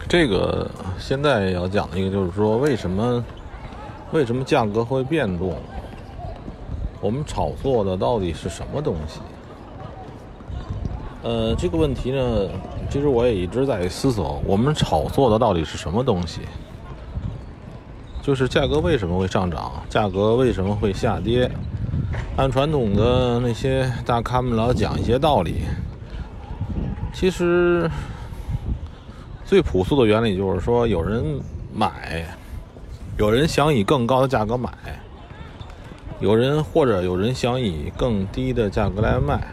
这个现在要讲的一个就是说，为什么价格会变动？我们炒作的到底是什么东西？这个问题呢，其实我也一直在思索，我们炒作的到底是什么东西？就是价格为什么会上涨，价格为什么会下跌？按传统的那些大咖们老讲一些道理，其实最朴素的原理就是说，有人买，有人想以更高的价格买，有人想以更低的价格来卖。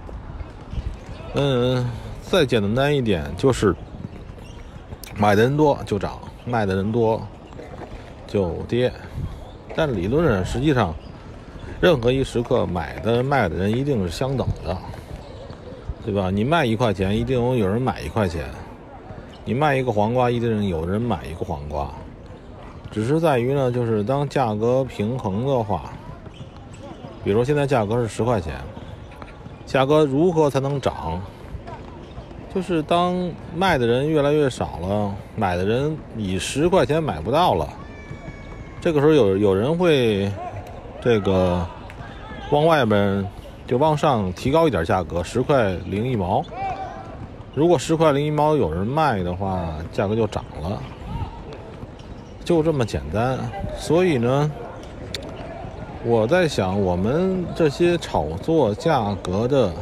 再简单一点，就是买的人多就涨，卖的人多就跌。但理论上，实际上，任何一时刻买的卖的人一定是相等的，对吧？你卖1块钱，一定有人买1块钱；你卖一个黄瓜，一定有人买一个黄瓜。只是在于呢，就是当价格平衡的话，比如说现在价格是10块钱，价格如何才能涨？就是当卖的人越来越少了，买的人以10块钱买不到了，这个时候有人会这个往外面就往上提高一点价格，10块零1毛。如果10块零1毛有人卖的话，价格就涨了，就这么简单。所以呢，我在想，我们这些炒作价格的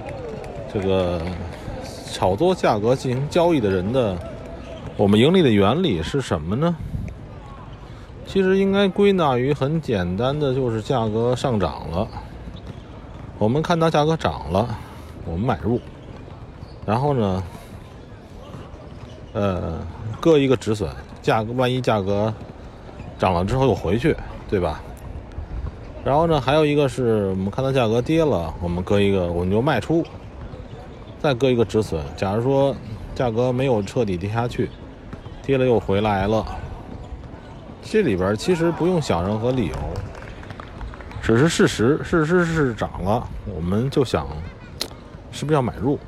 炒作价格进行交易的人的，我们盈利的原理是什么呢？其实应该归纳于很简单的，就是价格上涨了，我们看到价格涨了，我们买入，然后呢，各一个止损，万一价格涨了之后又回去，对吧？然后呢，还有一个是我们看到价格跌了，我们就卖出，再搁一个止损。假如说价格没有彻底跌下去，跌了又回来了，这里边其实不用想任何理由，只是事实是涨了，我们就想是不是要买入。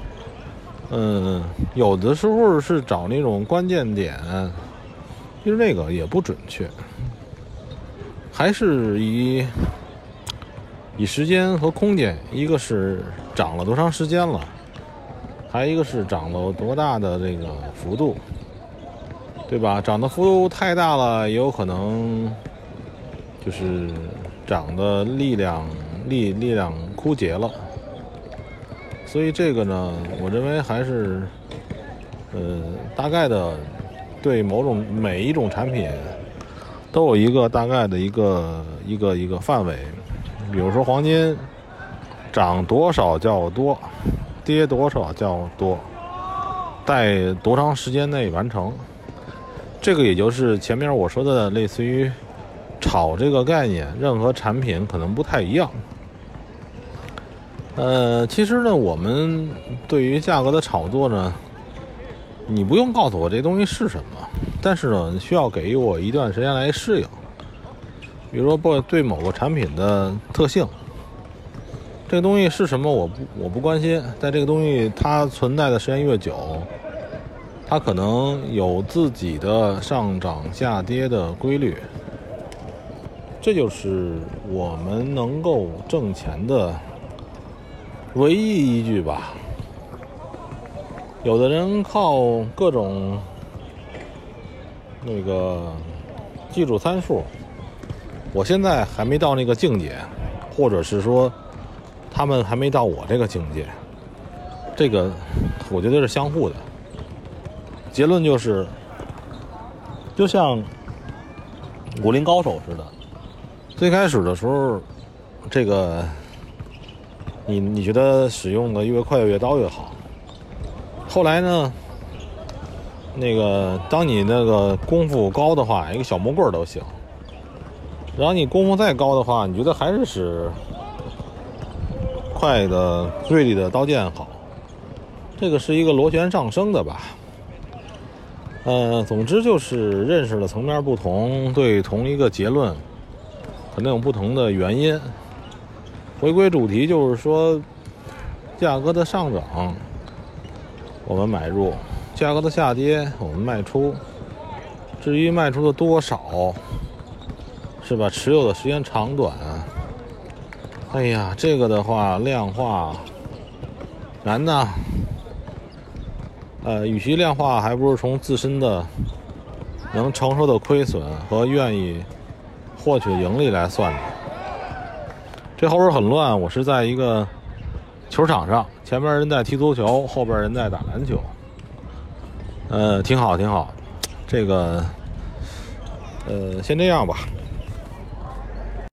有的时候是找那种关键点，其实那个也不准确，还是以时间和空间，一个是涨了多长时间了，还有一个是涨了多大的这个幅度，对吧？涨的幅度太大了，也有可能就是涨的力量枯竭了。所以这个呢，我认为还是大概的对每一种产品都有一个大概的一个范围。比如说黄金涨多少叫多，跌多少叫多，在多长时间内完成，这个也就是前面我说的类似于炒这个概念，任何产品可能不太一样。其实呢，我们对于价格的炒作呢，你不用告诉我这东西是什么，但是呢，需要给我一段时间来适应。比如说对某个产品的特性，这个东西是什么我不关心，但这个东西它存在的时间越久，它可能有自己的上涨下跌的规律，这就是我们能够挣钱的唯一依据吧。有的人靠各种那个技术参数，我现在还没到那个境界，或者是说他们还没到我这个境界，这个我觉得是相互的。结论就是，就像武林高手似的，最开始的时候，这个你觉得使用的越快越刀越好，后来呢，那个当你那个功夫高的话，一个小木棍都行，然后你功夫再高的话，你觉得还是使快的锐利的刀剑好，这个是一个螺旋上升的吧。总之就是认识的层面不同，对同一个结论可能有不同的原因。回归主题就是说，价格的上涨我们买入， 价格的下跌我们卖出，至于卖出的多少，是吧？持有的时间长短，哎呀，这个的话量化难呐。与其量化，还不如从自身的能承受的亏损和愿意获取盈利来算的。这后边很乱，我是在一个球场上，前面人在踢足球，后边人在打篮球。挺好挺好，这个先这样吧。